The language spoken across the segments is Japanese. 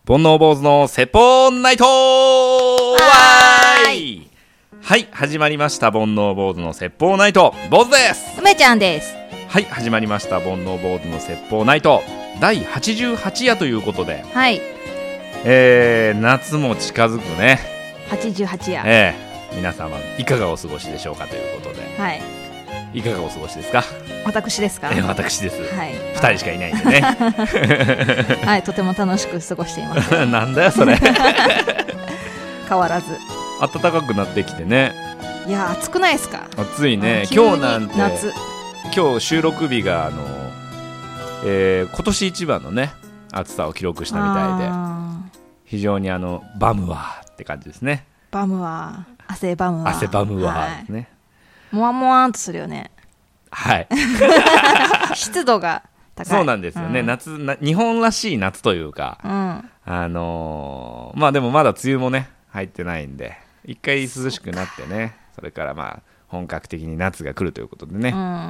煩悩坊主の説法ナイトわーい。はい、始まりました煩悩坊主の説法ナイト。坊主です。 梅ちゃんです。 はい、始まりました煩悩坊主の説法ナイト第88夜ということで、 はい、 夏も近づくね。 88夜、 皆様いかがお過ごしでしょうかということで、 はい、 いかがお過ごしですか？ 私ですか？ 私です、 はい、 2人しかいないんでねはい、とても楽しく過ごしていますなんだよそれ変わらず暖かくなってきてね。 いや暑くないですか？ 暑いね。 今日なんて夏、 今日収録日が今年一番のね暑さを記録したみたいで、非常にバムワーって感じですね。 バムワー、汗バムワー、 汗バムワーですね、 はい、もわもわんとするよね。 はい湿度が高い。 そうなんですよね、日本らしい夏というか、まあでもまだ梅雨もね入ってないんで、一回涼しくなってね、それからまあ本格的に夏が来るということでね、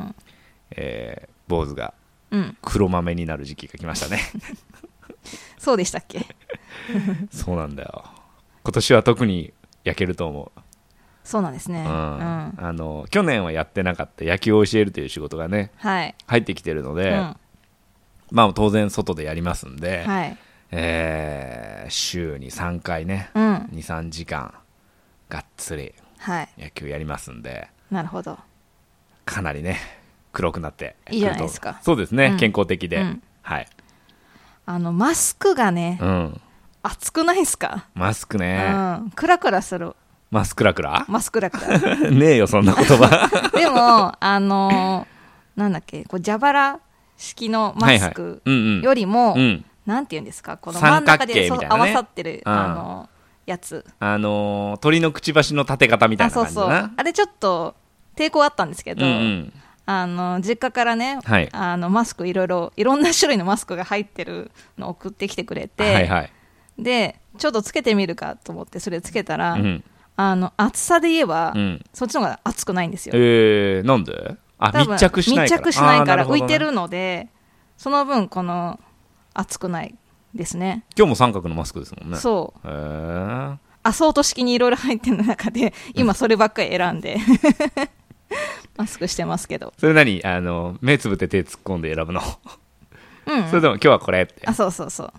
坊主が黒豆になる時期が来ましたねそうでしたっけそうなんだよ。今年は特に焼けると思う。 そうなんですね、 去年はやってなかった野球を教えるという仕事がね、 はい、 入ってきてるので、まあ当然外でやりますんで、 はい、 週に3回ね、2、3時間がっつり野球やりますんで、 なるほど、 かなりね黒くなっていいじゃないですか。 そうですね、健康的で、はい。 マスクがね、暑くないですか？ マスクね、 クラクラする。 マスクラクラマスクラクラねえよそんな言葉でもなんだっけ、こう蛇腹式のマスクよりも、なんていうんですか、この真ん中で合わさってるやつ、 鳥のくちばしの立て方みたいな感じだな。 そうあれちょっと抵抗あったんですけど、実家からね、マスクいろんな種類のマスクが入ってるのを送ってきてくれて、でちょっとつけてみるかと思ってそれつけたら、暑さで言えば、そっちの方が暑くないんですよ。 なんで？密着しないから浮いてるので、その分この暑くないですね。 今日も三角のマスクですもんね。 そう、アソート式にいろいろ入ってる中で今そればっかり選んでマスクしてますけど。 それ何目つぶって手突っ込んで選ぶのそれでも今日はこれって。 そうそうそう。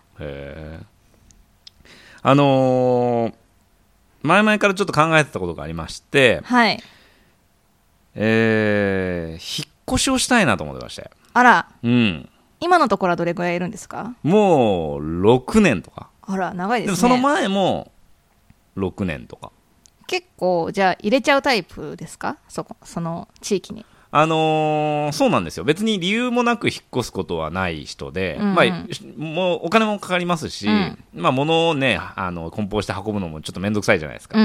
前々からちょっと考えてたことがありまして、 はい、 引っ越しをしたいなと思ってまして。 あら、今のところはどれくらいいるんですか？ もう6年とか。 あら、長いですね。 でもその前も6年とか。 結構じゃあ入れちゃうタイプですか？その地域に。 そうなんですよ。別に理由もなく引っ越すことはない人で、もうお金もかかりますし、物をね梱包して運ぶのもちょっと面倒くさいじゃないですか、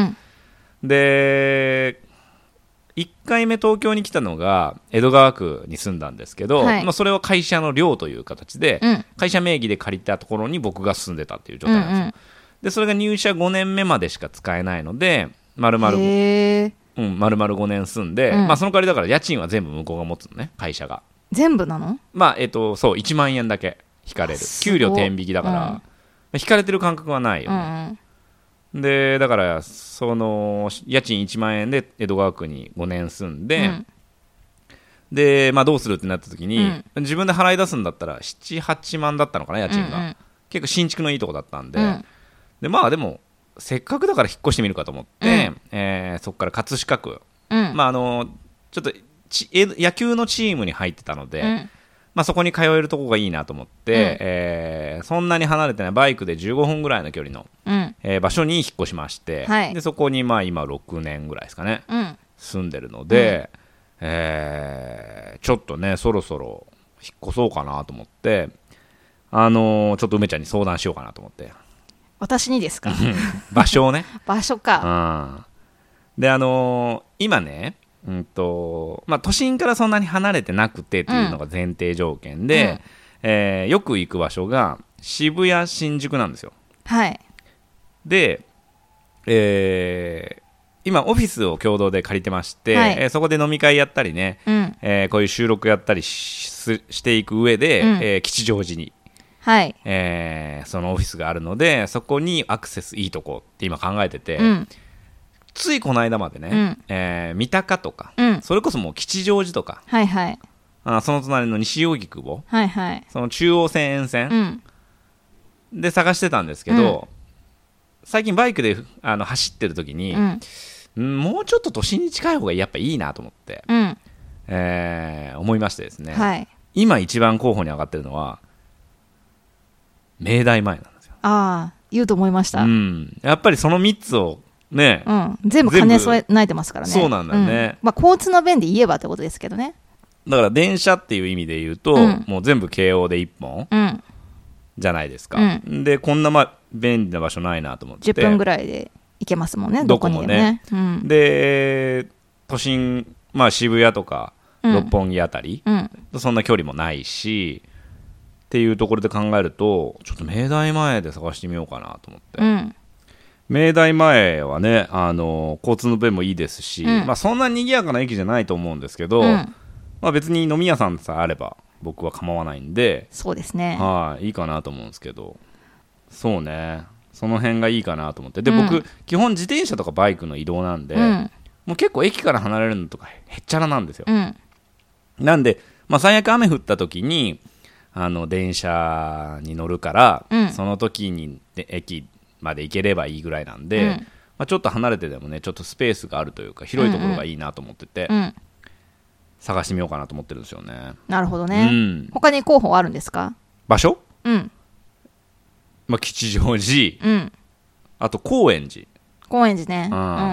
で1回目東京に来たのが江戸川区に住んだんですけど、それは会社の寮という形で、会社名義で借りたところに僕が住んでたっていう状態なんですよ、でそれが入社5年目までしか使えないので丸々5年住んで、その代わりだから家賃は全部向こうが持つのね、会社が。 全部なの？ そう1万円だけ引かれる。給料天引きだから、引かれてる感覚はないよね、でだからその家賃1万円で江戸川区に5年住んで、でどうするってなった時に、自分で払い出すんだったら 7,8 万だったのかな、家賃が、結構新築のいいとこだったんで、でもせっかくだから引っ越してみるかと思って、そこから葛飾区、ちょっと野球のチームに入ってたので、そこに通えるとこがいいなと思って、そんなに離れてないバイクで15分ぐらいの距離の、場所に引っ越しまして、でそこに今6年ぐらいですかね、住んでるので、ちょっとねそろそろ引っ越そうかなと思って、ちょっと梅ちゃんに相談しようかなと思って。 私にですか？ 場所をね場所か、 で今ね、都心からそんなに離れてなくてっていうのが前提条件で、よく行く場所が渋谷新宿なんですよ。で、今オフィスを共同で借りてまして、そこで飲み会やったりね、こういう収録やったりしていく上で、吉祥寺にはい、 そのオフィスがあるので、そこにアクセスいいとこって今考えてて、ついこの間までね、三鷹とか、それこそもう吉祥寺とか、 はいはい、 その隣の西荻窪、 はいはい、 その中央線沿線、で探してたんですけど、最近バイクで走ってる時に、もうちょっと都心に近い方がやっぱいいなと思って、思いましてですね、 はい、 今一番候補に上がってるのは明大前なんですよ。 ああ、言うと思いました。 やっぱりその3つをね、 全部兼ね備えてますからね。 そうなんだよね。 交通の便で言えばってことですけどね。 だから電車っていう意味で言うと、もう全部京王で1本、じゃないですか、でこんな便利な場所ないなと思って 10分ぐらいで行けますもんね、どこにでもね。 で都心、渋谷とか六本木あたり、そんな距離もないしっていうところで考えると、ちょっと明大前で探してみようかなと思って、明大前はね、交通の便もいいですし、そんなに賑やかな駅じゃないと思うんですけど、別に飲み屋さんさえあれば僕は構わないんで、 そうですね、 いいかなと思うんですけど、そうね、その辺がいいかなと思って。で、僕基本自転車とかバイクの移動なんで、もう結構駅から離れるのとかへっちゃらなんですよ、なんで、最悪雨降った時に電車に乗るから、その時に駅まで行ければいいぐらいなんで、ちょっと離れてでもね、ちょっとスペースがあるというか広いところがいいなと思ってて、探してみようかなと思ってるんですよね。 なるほどね、他に候補あるんですか？ 場所？吉祥寺、あと高円寺ね、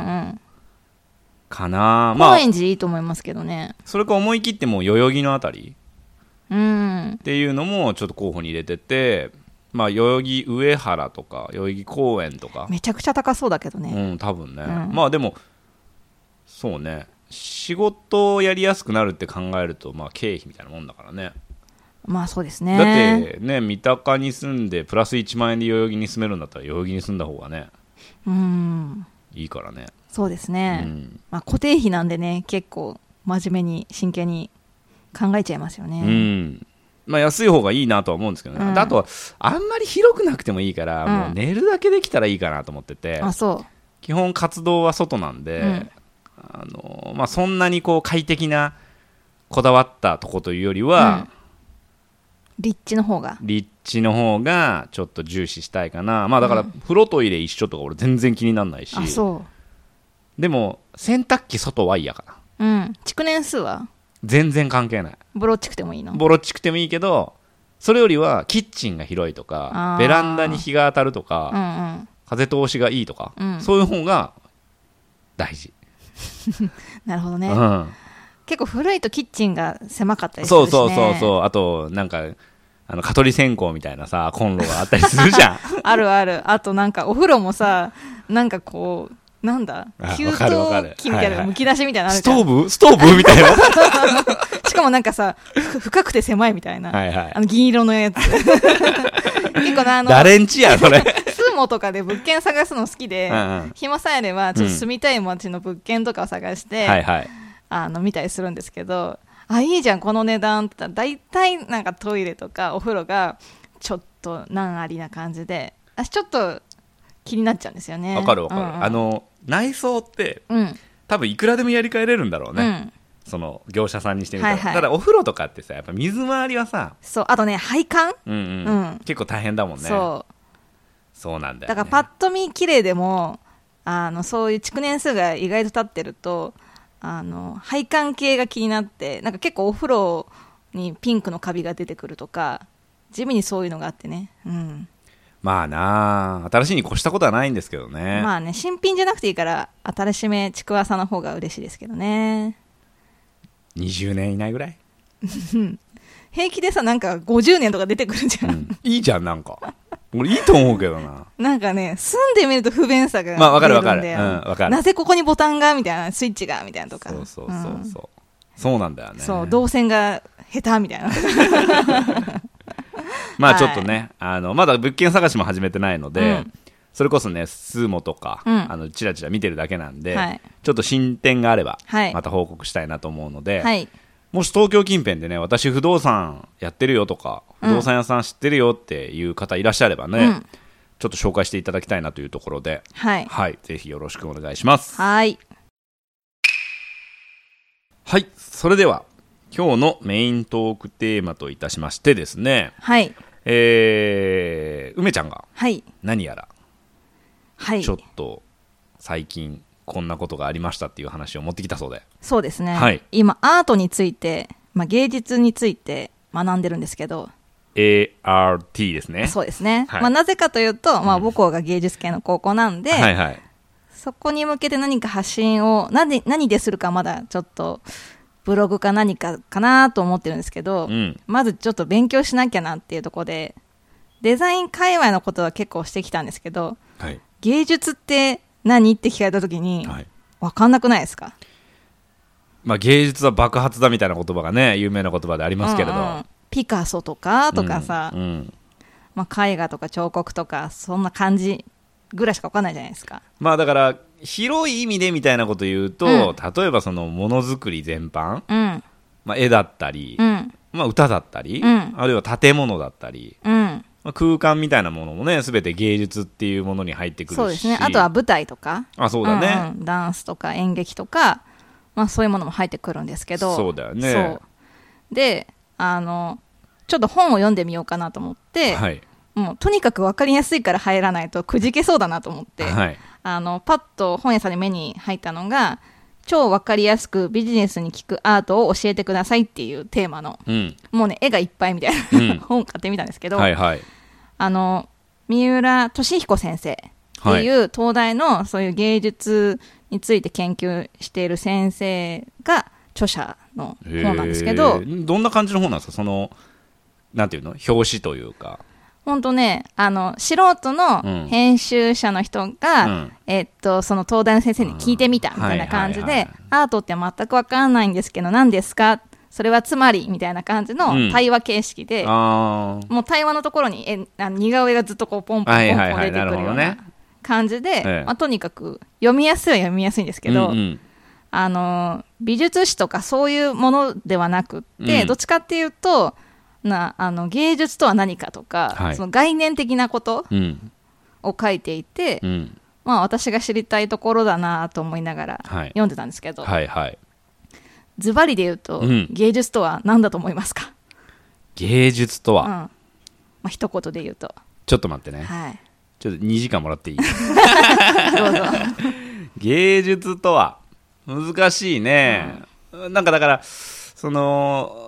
かな。 高円寺いいと思いますけどね。 それか思い切ってもう代々木のあたり、っていうのもちょっと候補に入れてて、代々木上原とか代々木公園とかめちゃくちゃ高そうだけどね、 多分ね、でもそうね、仕事をやりやすくなるって考えると、経費みたいなもんだからね。 そうですね。 だってね、三鷹に住んでプラス1万円で代々木に住めるんだったら代々木に住んだ方がね、いいからね。 そうですね、固定費なんでね、結構真面目に真剣に考えちゃいますよね。 安い方がいいなとは思うんですけどね、あとはあんまり広くなくてもいいから、もう寝るだけできたらいいかなと思ってて、基本活動は外なんで、そんなにこう快適なこだわったとこというよりは、 立地の方がちょっと重視したいかな。だから風呂トイレ一緒とか俺全然気にならないし、でも洗濯機外は嫌かな。築年数は全然関係ない。 ボロっちくてもいいの？ ボロっちくてもいいけど、それよりはキッチンが広いとか、ベランダに日が当たるとか、風通しがいいとか、そういう方が大事。 なるほどね、結構古いとキッチンが狭かったりするしね。 そう。あとなんか蚊取り線香みたいなさ、コンロがあったりするじゃん。 ある。あとなんかお風呂もさ、なんかこうなんだ、給湯器みたいな、むき出しみたいなのあるじゃん。 ストーブみたいな。 しかもなんかさ、深くて狭いみたいな、銀色のやつ。結構誰んちやそれ。 スーモとかで物件探すの好きで、暇さえあればちょっと住みたい街の物件とかを探して、見たりするんですけど、いいじゃんこの値段って言ったら、大体なんかトイレとかお風呂がちょっと難ありな感じで、私ちょっと気になっちゃうんですよね。 わかる。内装って、多分いくらでもやり替えれるんだろうね、その業者さんにしてみたら、ただお風呂とかってさ、やっぱ水回りはさ、 あとね配管、 結構大変だもんね。そうなんだよね。 だからパッと見綺麗でもそういう築年数が意外と経ってると配管系が気になって、なんか結構お風呂にピンクのカビが出てくるとか、地味にそういうのがあってね、 新しいに越したことはないんですけどね。 新品じゃなくていいから新しめ築浅の方が嬉しいですけどね。 20年以内ぐらい。 平気でさ、なんか50年とか出てくるじゃん、 いいじゃん。なんか俺いいと思うけどな。 なんかね、住んでみると不便さが出るんだよ。 わかる。 なぜここにボタンがみたいな、スイッチがみたいなとか。 そうなんだよね。 動線が下手みたいな。 ちょっとね、まだ物件探しも始めてないので、それこそね、スーモとか、チラチラ見てるだけなんで、ちょっと進展があれば、また報告したいなと思うので、 もし東京近辺でね、私不動産やってるよとか、不動産屋さん知ってるよっていう方いらっしゃればね、ちょっと紹介していただきたいなというところで、はい、ぜひよろしくお願いします。 はい、 それでは今日のメイントークテーマといたしましてですね、 はい、 梅ちゃんが何やら、ちょっと最近こんなことがありましたっていう話を持ってきたそうで。 そうですね、今アートについて、芸術について学んでるんですけど、 ART ですね。 そうですね、なぜかというと、母校が芸術系の高校なんで、そこに向けて何か発信を何でするかまだちょっとブログか何かかなと思ってるんですけど、まずちょっと勉強しなきゃなっていうところで、デザイン界隈のことは結構してきたんですけど、芸術って何って聞かれた時に分かんなくないですか？ 芸術は爆発だみたいな言葉がね、有名な言葉でありますけれど、 ピカソとかさ、絵画とか彫刻とかそんな感じぐらいしか分かんないじゃないですか。 だから広い意味でみたいなこと言うと、例えばそのものづくり全般、絵だったり、歌だったり、あるいは建物だったり、空間みたいなものもね、全て芸術っていうものに入ってくるし。 そうですね。あとは舞台とか、 そうだね、 ダンスとか演劇とか、そういうものも入ってくるんですけど。 そうだよね。 で、ちょっと本を読んでみようかなと思って、もうとにかく分かりやすいから入らないとくじけそうだなと思って、パッと本屋さんに目に入ったのが、超分かりやすくビジネスに効くアートを教えてくださいっていうテーマの、もうね、絵がいっぱいみたいな、本買ってみたんですけど、三浦俊彦先生っていう東大のそういう芸術について研究している先生が著者の本なんですけど、 どんな感じの本なんですか？そのなんていうの、表紙というか。 本当ね、素人の編集者の人が、その東大の先生に聞いてみたみたいな感じで、アートって全く分からないんですけど何ですか、それはつまりみたいな感じの対話形式で、もう対話のところに似顔絵がずっとこうポンポンポンポン出てくるような感じで、とにかく読みやすいは読みやすいんですけど、美術史とかそういうものではなくって、どっちかっていうと芸術とは何かとか、その概念的なことを書いていて、私が知りたいところだなと思いながら読んでたんですけど、ズバリで言うと、芸術とは何だと思いますか？ 芸術とは、 一言で言うと。 ちょっと待ってね、ちょっと2時間もらっていい？どうぞ。 芸術とは難しいね、なんかだからその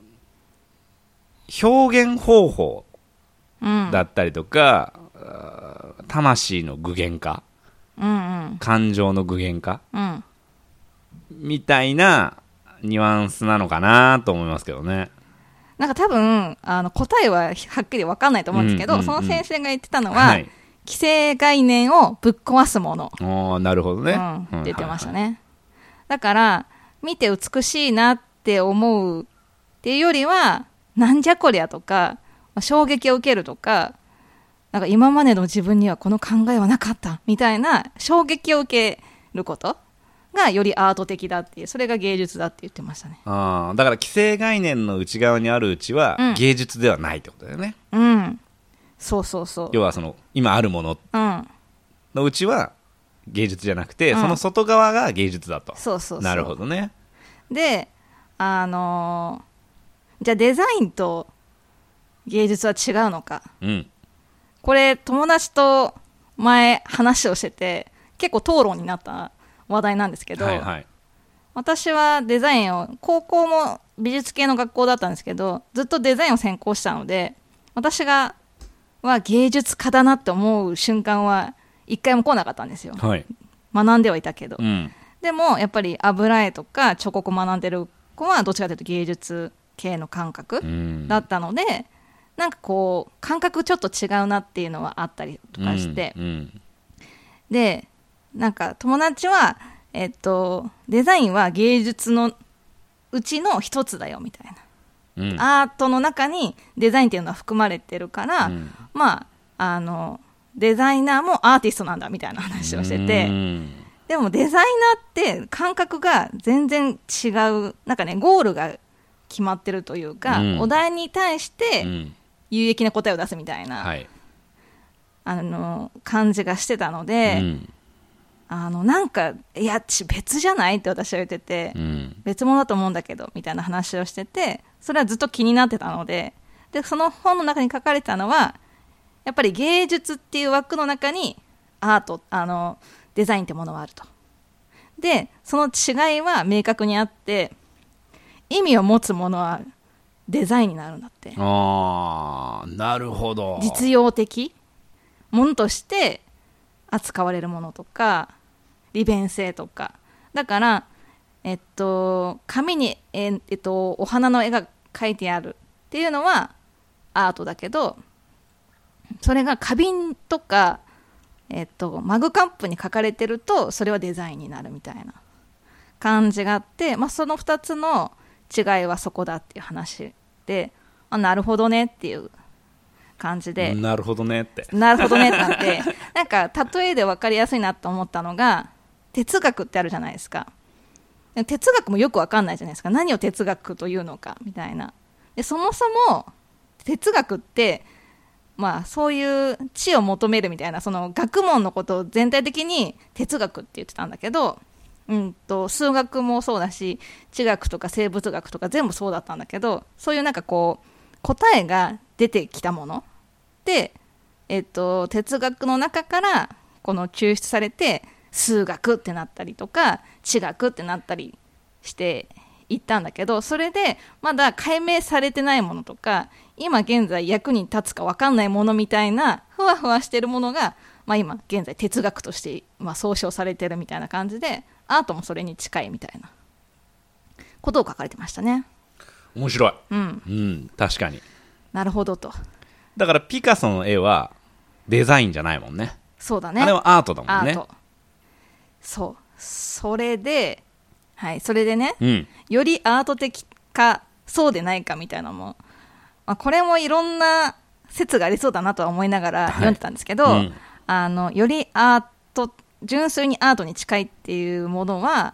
表現方法だったりとか、魂の具現化、感情の具現化、みたいなニュアンスなのかなと思いますけどね。 なんか多分答えははっきり分かんないと思うんですけど、その先生が言ってたのは、既成概念をぶっ壊すもの。 なるほどね、 って言ってましたね。だから見て美しいなって思うっていうよりは、なんじゃこりゃとか、衝撃を受けるとか、なんか今までの自分にはこの考えはなかったみたいな衝撃を受けることがよりアート的だっていう、それが芸術だって言ってましたね。 だから既成概念の内側にあるうちは、芸術ではないってことだよね。 そうそうそう。 要はその今あるもののうちは芸術じゃなくて、その外側が芸術だと。なるほどね。 で、じゃあデザインと芸術は違うのか、これ友達と前話をしてて結構討論になった話題なんですけど、私はデザインを、高校も美術系の学校だったんですけど、ずっとデザインを専攻したので、私は芸術家だなって思う瞬間は一回も来なかったんですよ、学んではいたけど、でもやっぱり油絵とか彫刻を学んでる子はどっちかというと芸術系の感覚だったので、なんかこう感覚ちょっと違うなっていうのはあったりとかして、でなんか友達は、デザインは芸術のうちの一つだよみたいな、アートの中にデザインっていうのは含まれてるから、デザイナーもアーティストなんだみたいな話をしてて、でもデザイナーって感覚が全然違う、なんかね、ゴールが決まってるというか、お題に対して有益な答えを出すみたいな、感じがしてたので、なんかいや別じゃないって私は言ってて、別物だと思うんだけどみたいな話をしてて、それはずっと気になってたので、その本の中に書かれてたのはやっぱり芸術っていう枠の中にアート、デザインってものはあると。でその違いは明確にあって、意味を持つものはデザインになるんだって。 ああ、なるほど。 実用的ものとして扱われるものとか利便性とかだから、紙に、お花の絵が描いてあるっていうのはアートだけど、それが花瓶とか、マグカップに書かれてるとそれはデザインになるみたいな感じがあって、その2つの違いはそこだっていう話で、なるほどねっていう感じで、 なるほどねってなんてなんか例えで分かりやすいなと思ったのが、哲学ってあるじゃないですか。哲学もよく分かんないじゃないですか、何を哲学というのかみたいな。でそもそも哲学ってそういう知を求めるみたいな、その学問のことを全体的に哲学って言ってたんだけど、数学もそうだし地学とか生物学とか全部そうだったんだけど、そういうなんかこう答えが出てきたもので、哲学の中からこの抽出されて数学ってなったりとか地学ってなったりしていったんだけど、それでまだ解明されてないものとか今現在役に立つか分かんないものみたいなふわふわしてるものが、今現在哲学として、総称されてるみたいな感じで、アートもそれに近いみたいなことを書かれてましたね。 面白い。確かに。 なるほどと。 だからピカソの絵はデザインじゃないもんね。 そうだね。 あれはアートだもんね。 アート。そう。それでね、よりアート的かそうでないかみたいなのも、これもいろんな説がありそうだなとは思いながら読んでたんですけど、よりアート、純粋にアートに近いっていうものは、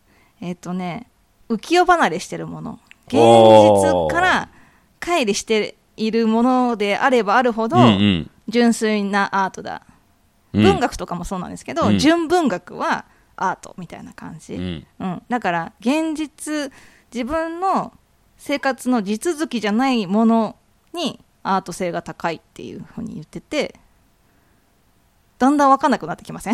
浮世離れしてるもの、現実から乖離しているものであればあるほど、純粋なアートだ。文学とかもそうなんですけど、純文学はアートみたいな感じ、だから現実、自分の生活の地続きじゃないものにアート性が高いっていうふうに言ってて、だんだん分かんなくなってきません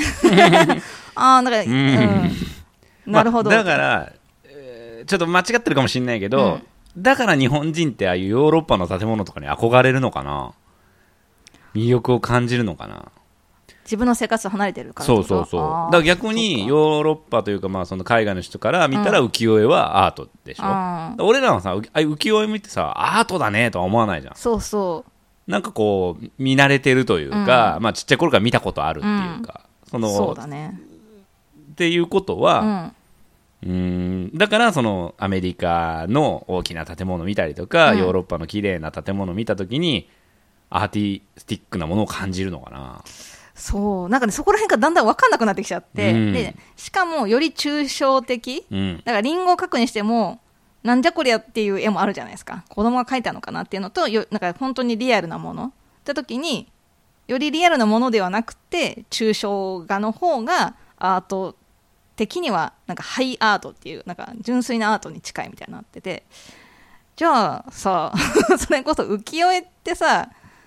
なるほど、 だから、ちょっと間違ってるかもしれないけど、だから日本人ってああいうヨーロッパの建物とかに憧れるのかな、魅力を感じるのかな。 自分の生活と離れてるから。 そうだから逆にヨーロッパというか、その海外の人から見たら浮世絵はアートでしょ、俺らはさ浮世絵見てさアートだねとは思わないじゃん。 そうなんかこう見慣れてるというか、ちっちゃい頃から見たことあるっていうか、 そうだねっていうことは、だからそのアメリカの大きな建物を見たりとか、ヨーロッパの綺麗な建物を見たときにアーティスティックなものを感じるのかな。 なんかね、そこら辺がだんだん分かんなくなってきちゃって、でしかもより抽象的、だからリンゴを描くにしてもなんじゃこりゃっていう絵もあるじゃないですか。子供が描いたのかなっていうのと、なんか本当にリアルなものって時に、よりリアルなものではなくて抽象画の方がアート的にはなんかハイアートっていう、なんか純粋なアートに近いみたいになってて、じゃあさそれこそ浮世絵ってさ、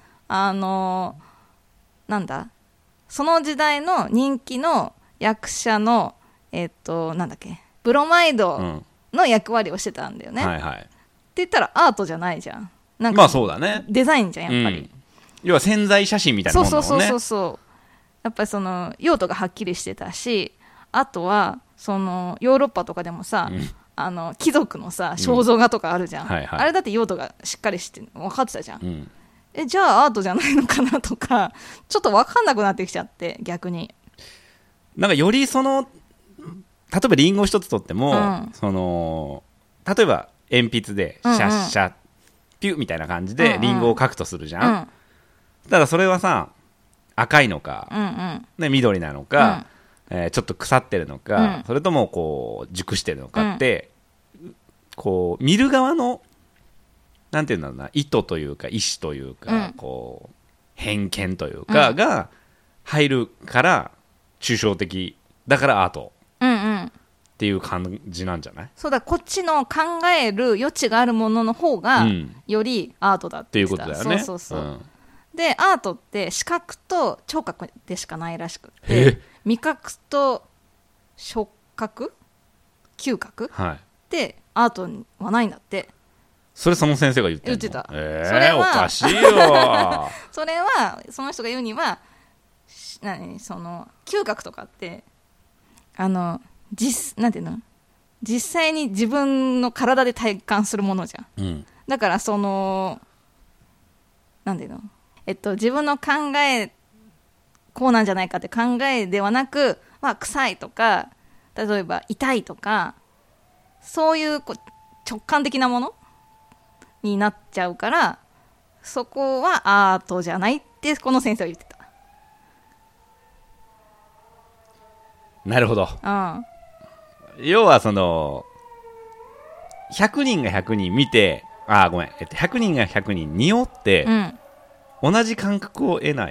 なんだ、その時代の人気の役者のなんだっけ、ブロマイドの役割をしてたんだよね、って言ったらアートじゃないじゃん。なんかそうだね、 デザインじゃんやっぱり、 要は潜在写真みたいなもんだもんね。 そうやっぱりその用途がはっきりしてたし、あとはそのヨーロッパとかでもさ、貴族のさ肖像画とかあるじゃん、あれだって用途がしっかりして分かってたじゃん、じゃあアートじゃないのかなとか、ちょっと分かんなくなってきちゃって、逆になんかよりその例えばリンゴ一つとっても、その例えば鉛筆でシャッシャッピュッみたいな感じでリンゴを描くとするじゃん、ただそれはさ赤いのか、緑なのか、ちょっと腐ってるのか、それともこう熟してるのかって、 こう見る側のなんていうんだろうな、意図というか意思というか、こう偏見というか、が入るから抽象的だからアートっていう感じなんじゃない？ そうだ、こっちの考える余地があるものの方がよりアートだって言ってた。 っていうことだよね。 そうそうそう、でアートって視覚と聴覚でしかないらしくて、味覚と触覚嗅覚、でアートはないんだって。 それその先生が言ってんの？ 言ってた。 それはおかしいよそれはその人が言うにはその嗅覚とかってなんていうの、実際に自分の体で体感するものじゃん、だからそのなんていうの、自分の考えこうなんじゃないかって考えではなく、まあ、臭いとか例えば痛いとかそういう直感的なものになっちゃうから、そこはアートじゃないってこの先生は言ってた。 なるほど、要はその100人が100人見て、100人が100人匂って、同じ感覚を得ない。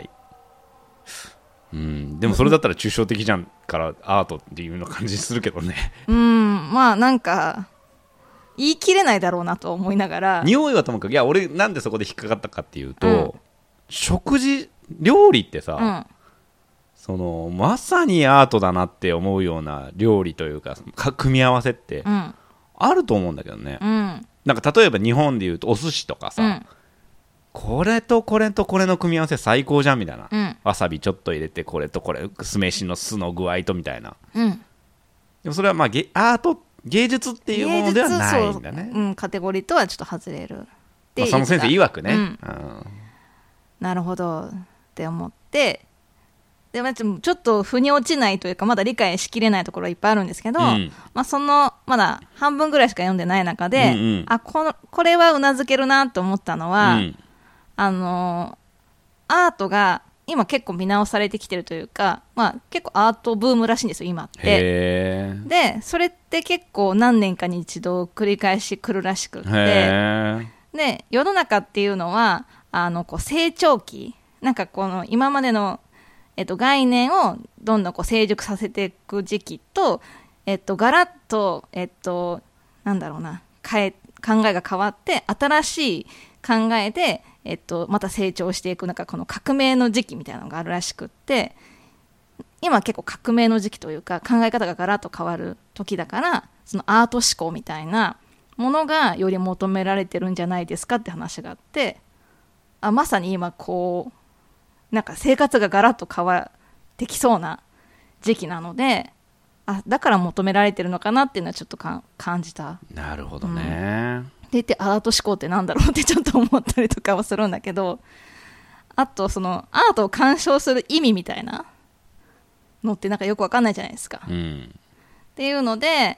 でもそれだったら抽象的じゃんからアートっていうの感じするけどね。 まあなんか言い切れないだろうなと思いながら。 匂いはともかく、いや俺なんでそこで引っかかったかっていうと、食事料理ってさ、そのまさにアートだなって思うような料理というか組み合わせってあると思うんだけどね、なんか例えば日本でいうとお寿司とかさ、これとこれとこれの組み合わせ最高じゃんみたいな、わさびちょっと入れてこれとこれ酢飯の酢の具合とみたいな、でもそれはまあアート芸術っていうものではないんだね。 カテゴリーとはちょっと外れる、 その先生曰くね、 なるほどって思って、でちょっと腑に落ちないというかまだ理解しきれないところはいっぱいあるんですけど、そのまだ半分ぐらいしか読んでない中で、これはうなずけるなと思ったのは、アートが今結構見直されてきてるというか、結構アートブームらしいんですよ今って。でそれって結構何年かに一度繰り返し来るらしくって、で世の中っていうのはこう成長期、なんかこの今までの、概念をどんどんこう成熟させていく時期と、ガラッと、なんだろうな、考えが変わって新しい考えでまた成長していく、なんかこの革命の時期みたいなのがあるらしくって、今結構革命の時期というか考え方がガラッと変わる時だから、そのアート思考みたいなものがより求められてるんじゃないですかって話があって、まさに今こうなんか生活がガラッと変わってきそうな時期なので、だから求められてるのかなっていうのはちょっと感じた。 なるほどね、 でアート思考ってなんだろうってちょっと思ったりとかはするんだけど、あとそのアートを鑑賞する意味みたいなのってなんかよくわかんないじゃないですか、っていうので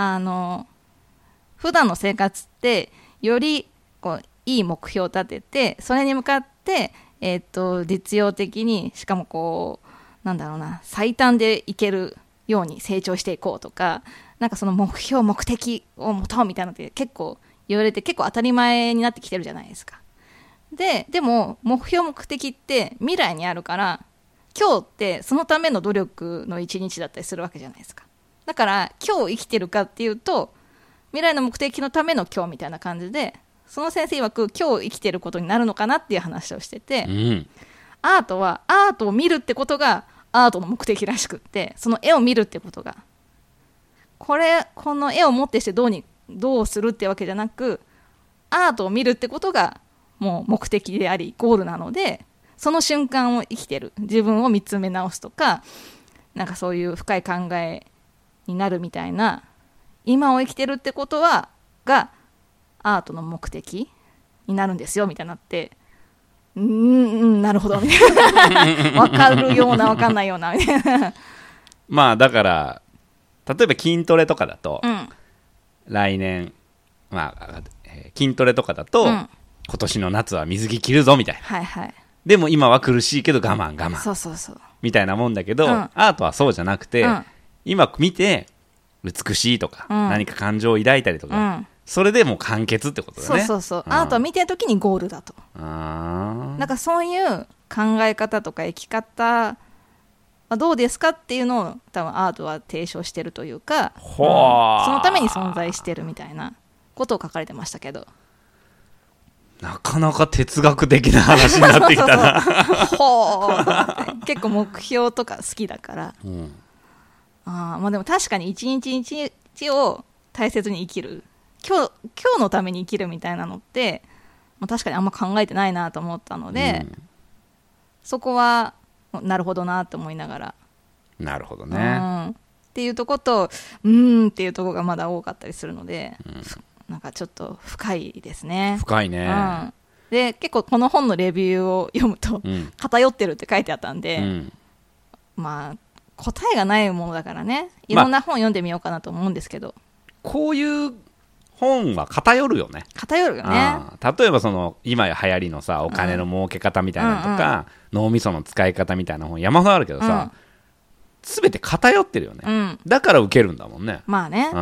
普段の生活ってよりこういい目標を立てて、それに向かって実用的に、しかもこうなんだろうな、最短でいけるように成長していこうとか、なんかその目標目的を持とうみたいなのって結構言われて、結構当たり前になってきてるじゃないですか。でも目標目的って未来にあるから、今日ってそのための努力の一日だったりするわけじゃないですか。だから今日生きてるかっていうと、未来の目的のための今日みたいな感じで、その先生曰く今日生きてることになるのかなっていう話をしてて、アートはアートを見るってことがアートの目的らしくって、その絵を見るってことが、この絵を持ってしてどうするってわけじゃなく、アートを見るってことがもう目的でありゴールなので、その瞬間を生きてる自分を見つめ直すとか、なんかそういう深い考えになるみたいな、今を生きてるってことがアートの目的になるんですよみたいになって、なるほどみたいな分かるような分かんないようなみたいなまあだから例えば筋トレとかだと、来年筋トレとかだと、今年の夏は水着着るぞみたいな、でも今は苦しいけど我慢そうみたいなもんだけど、アートはそうじゃなくて、今見て美しいとか、何か感情を抱いたりとか、 それでもう完結ってことだね。 そうそうそう、アートは見てる時にゴールだと。なんかそういう考え方とか生き方はどうですかっていうのを多分アートは提唱してるというか、そのために存在してるみたいなことを書かれてましたけど、 なかなか哲学的な話になってきたな。 ほー結構目標とか好きだから、まあでも確かに一日一日を大切に生きる、今日のために生きるみたいなのって、まあ、確かにあんま考えてないなと思ったので、そこはなるほどなと思いながら、 なるほどね、 っていうとことっていうとこがまだ多かったりするので、なんかちょっと深いですね。 深いね、 で結構この本のレビューを読むと、偏ってるって書いてあったんで、まあ答えがないものだからね、いろんな本読んでみようかなと思うんですけど、 こういう本は偏るよね。 偏るよね。 例えばその今流行りのさ、お金の儲け方みたいなのとか、脳みその使い方みたいな本山ほどあるけどさ、全て偏ってるよね、だから受けるんだもんね。 まあね、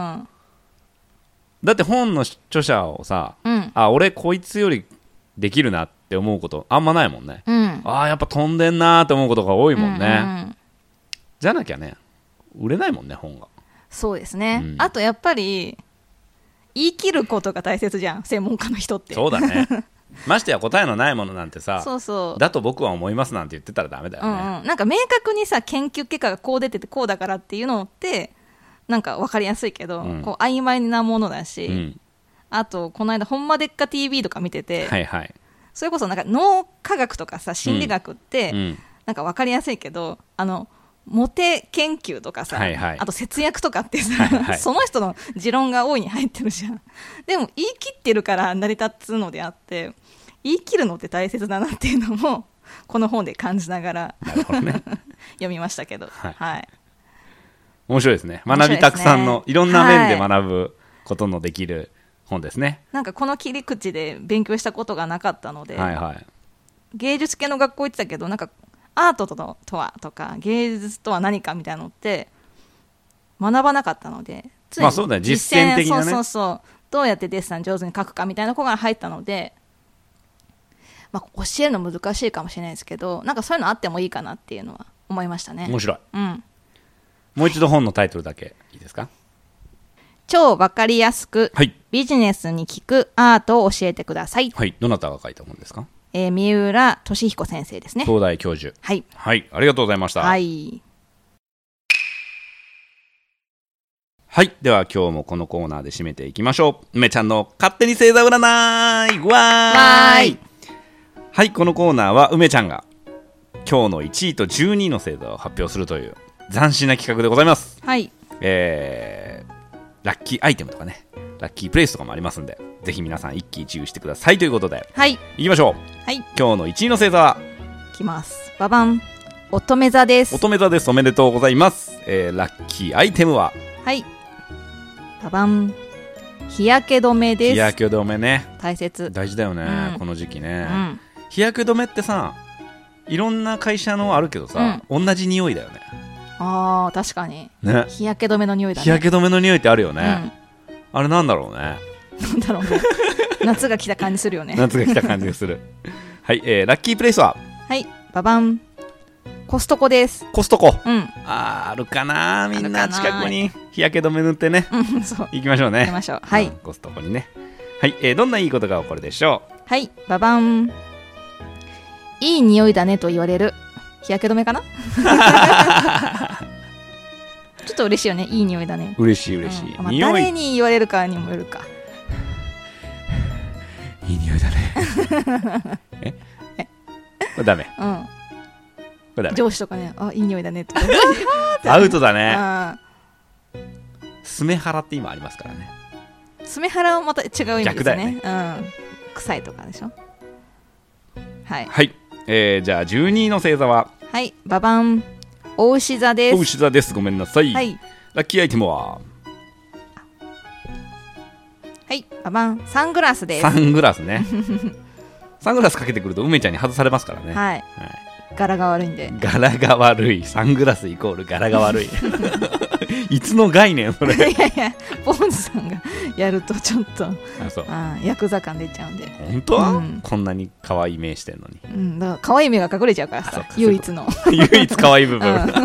だって本の著者をさ、俺こいつよりできるなって思うことあんまないもんね、やっぱ飛んでんなって思うことが多いもんね、じゃなきゃね売れないもんね、本が。そうですね、あとやっぱり言い切ることが大切じゃん、専門家の人って。 そうだねましてや答えのないものなんてさ、 そうだと僕は思いますなんて言ってたらダメだよね、 なんか明確にさ研究結果がこう出ててこうだからっていうのってなんか分かりやすいけど、こう曖昧なものだし、あとこの間ほんまでっか TV とか見てて、それこそなんか脳科学とかさ心理学って、なんか分かりやすいけど、モテ研究とかさ、あと節約とかってさ、その人の持論が大いに入ってるじゃん。でも言い切ってるから成り立つのであって、言い切るのって大切だなっていうのもこの本で感じながら読みましたけど、 面白いですね。学びたくさんのいろんな面で学ぶことのできる本ですね。 なんかこの切り口で勉強したことがなかったので、芸術系の学校行ってたけど、なんかアートとはとか芸術とは何かみたいなのって学ばなかったので、 まあそうだね、実践的なね、 どうやってデッサン上手に描くかみたいなことが入ったので、まあ、教えるの難しいかもしれないですけど、なんかそういうのあってもいいかなっていうのは思いましたね。 面白い、もう一度本のタイトルだけいいですか。 超わかりやすく、ビジネスに効くアートを教えてください。 どなたが書いた本ですか。 三浦俊彦先生ですね。 東大教授。ありがとうございました。では今日もこのコーナーで締めていきましょう。梅ちゃんの勝手に星座占い。わーい。このコーナーは梅ちゃんが今日の1位と12位の星座を発表するという斬新な企画でございます。ラッキーアイテムとかね、ラッキープレイスとかもありますんで、ぜひ皆さん一喜一憂してくださいということで、いきましょう。今日の1位の星座はいきます。ババン、乙女座です。乙女座です。おめでとうございます。ラッキーアイテムはババン、日焼け止めです。日焼け止めね、大事だよね、この時期ね、日焼け止めってさ、いろんな会社のあるけどさ、同じ匂いだよね。確かに、日焼け止めの匂いだね。日焼け止めの匂いってあるよね、あれなんだろうね。夏が来た感じするよね。夏が来た感じがするラッキープレイスはババン、コストコです。コストコ、あるかな、みんな近くに日焼け止め塗ってね、行きましょうね。コストコにね。どんないいことが起こるでしょう。ババン、いい匂いだねと言われる日焼け止めかなちょっと嬉しいよね、いい匂いだね。嬉しい、誰に言われるかにもよるか。いい匂いだねこれダメ。上司とかね、いい匂いだねってアウトだね。スメハラって今ありますからね。スメハラはまた違う意味ですね。臭いとかでしょ。じゃあ12位の星座はババン、お牛座です。お牛座です。ごめんなさい。ラッキーアイテムはババン、サングラスです。サングラスねサングラスかけてくると梅ちゃんに外されますからね。柄が悪いんで。柄が悪い、サングラスイコール柄が悪いいつの概念それ。 いやいや、ボンズさんがやるとちょっとヤクザ感出ちゃうんで。 本当、こんなに可愛い目してんのに。 だから可愛い目が隠れちゃうからさ、唯一の唯一可愛い部分。はい、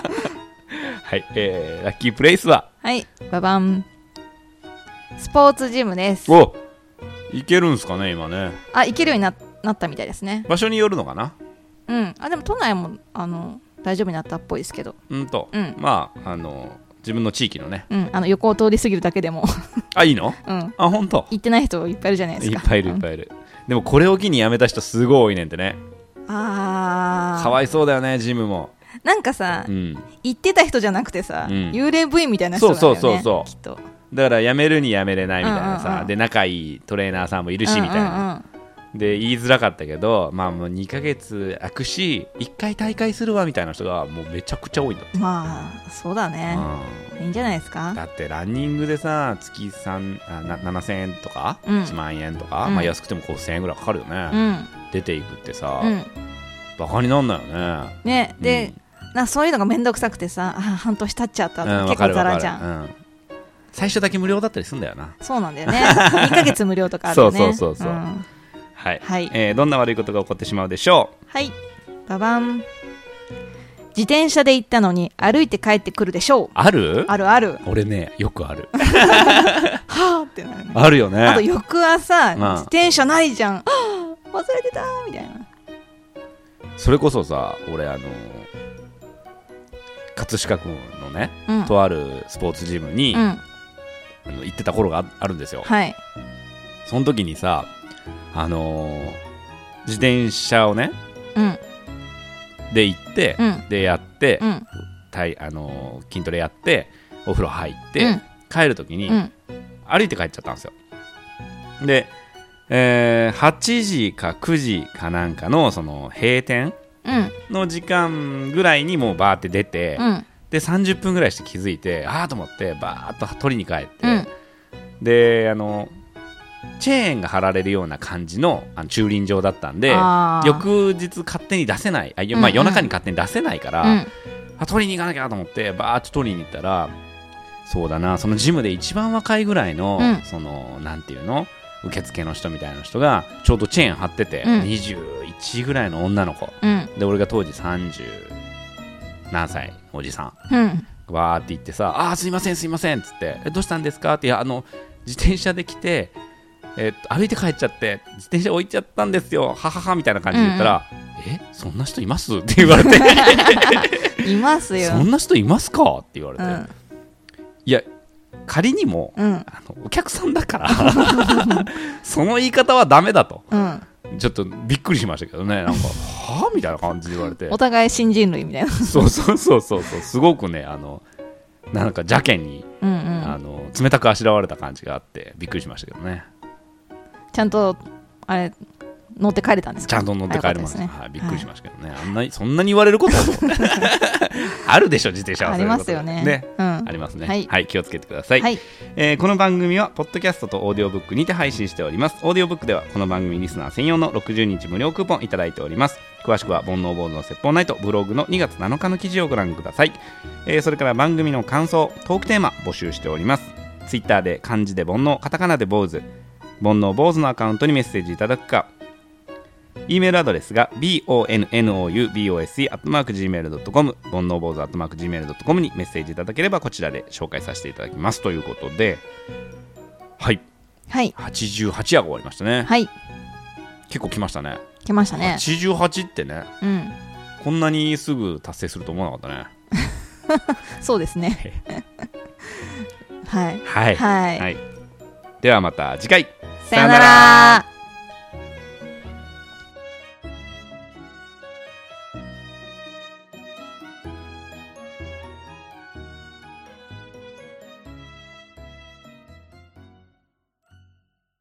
ラッキープレイスは、 はい、ババン、スポーツジムです。 お、行けるんすかね今ね。 行けるようになったみたいですね。 場所によるのかな。 でも都内も大丈夫になったっぽいですけど。 まあ自分の地域のね、 横を通り過ぎるだけでもいいの？本当。 行ってない人いっぱいいるじゃないですか。 いっぱいいるいっぱいいる。でもこれを機に辞めた人すごい多いねんってね。かわいそうだよね、ジムも。 なんかさ、行ってた人じゃなくてさ、幽霊部員みたいな人なんだよね。そうきっと。だから辞めるに辞めれないみたいなさ、で仲いいトレーナーさんもいるしみたいな。で言いづらかったけど、もう2ヶ月空くし1回大会するわみたいな人がもうめちゃくちゃ多いんだって。 そうだね、いいんじゃないですか。 だってランニングでさ月7000円とか、1万円とか、安くても5000円ぐらいかかるよね、出ていくってさ、バカになんないよね。 でそういうのがめんどくさくてさ、半年経っちゃったと結構ザラじゃん。 最初だけ無料だったりするんだよな。 そうなんだよね。2ヶ月無料とかあるよね。 そうはい、どんな悪いことが起こってしまうでしょう。 はい、ババン、自転車で行ったのに歩いて帰ってくるでしょう。 ある俺ね、よくある。 はぁってなるね。 あるよね。 あと翌朝、自転車ないじゃん、忘れてたみたいな。 それこそさ、俺葛飾区のね、とあるスポーツジムに、行ってた頃があるんですよ。その時にさ、自転車をね、で行って、でやって、筋トレやってお風呂入って、帰る時に、歩いて帰っちゃったんですよ。で、8時か9時かなんかのその閉店の時間ぐらいにもうバーって出て、で30分ぐらいして気づいて、と思ってバーっと取りに帰って、でチェーンが張られるような感じの駐輪場だったんで、翌日勝手に出せない、夜中に勝手に出せないから、取りに行かなきゃと思ってバーっと取りに行ったら、そうだな、そのジムで一番若いぐらいの、そのなんていうの、受付の人みたいな人がちょうどチェーン張ってて、21ぐらいの女の子、で俺が当時30何歳おじさん、わーって言ってさ、すいませんすいませんっつって、どうしたんですかって、自転車で来て、歩いて帰っちゃって自転車置いちゃったんですよ、はははみたいな感じで言ったら、そんな人いますって言われていますよ、 そんな人いますかって言われて、いや仮にも、お客さんだからその言い方はダメだと、ちょっとびっくりしましたけどね。なんかはみたいな感じで言われて、 お互い新人類みたいな。 そうすごくね、なんか邪険に、冷たくあしらわれた感じがあってびっくりしましたけどね。 ちゃんとあれ乗って帰れたんですか？ ちゃんと乗って帰れますね。びっくりしましたけどね。そんなに言われることだと思ってあるでしょ、自転車は。 ありますよね。 ありますね。はい、気をつけてください。この番組はポッドキャストとオーディオブックにて配信しております。オーディオブックではこの番組リスナー専用の60日無料クーポンいただいております。詳しくは煩悩坊主の説法ナイトブログの2月7日の記事をご覧ください。それから番組の感想、トークテーマ募集しております。ツイッターで漢字で煩悩、カタカナで坊主、煩悩坊主のアカウントにメッセージいただくか、E メールアドレスが bonnoubose@gmail.com、 煩悩坊主@gmail.com にメッセージいただければこちらで紹介させていただきますということで、はい、88夜が終わりましたね。結構来ましたね。88ってね、こんなにすぐ達成すると思わなかったねそうですねはい、ではまた次回、 さよなら。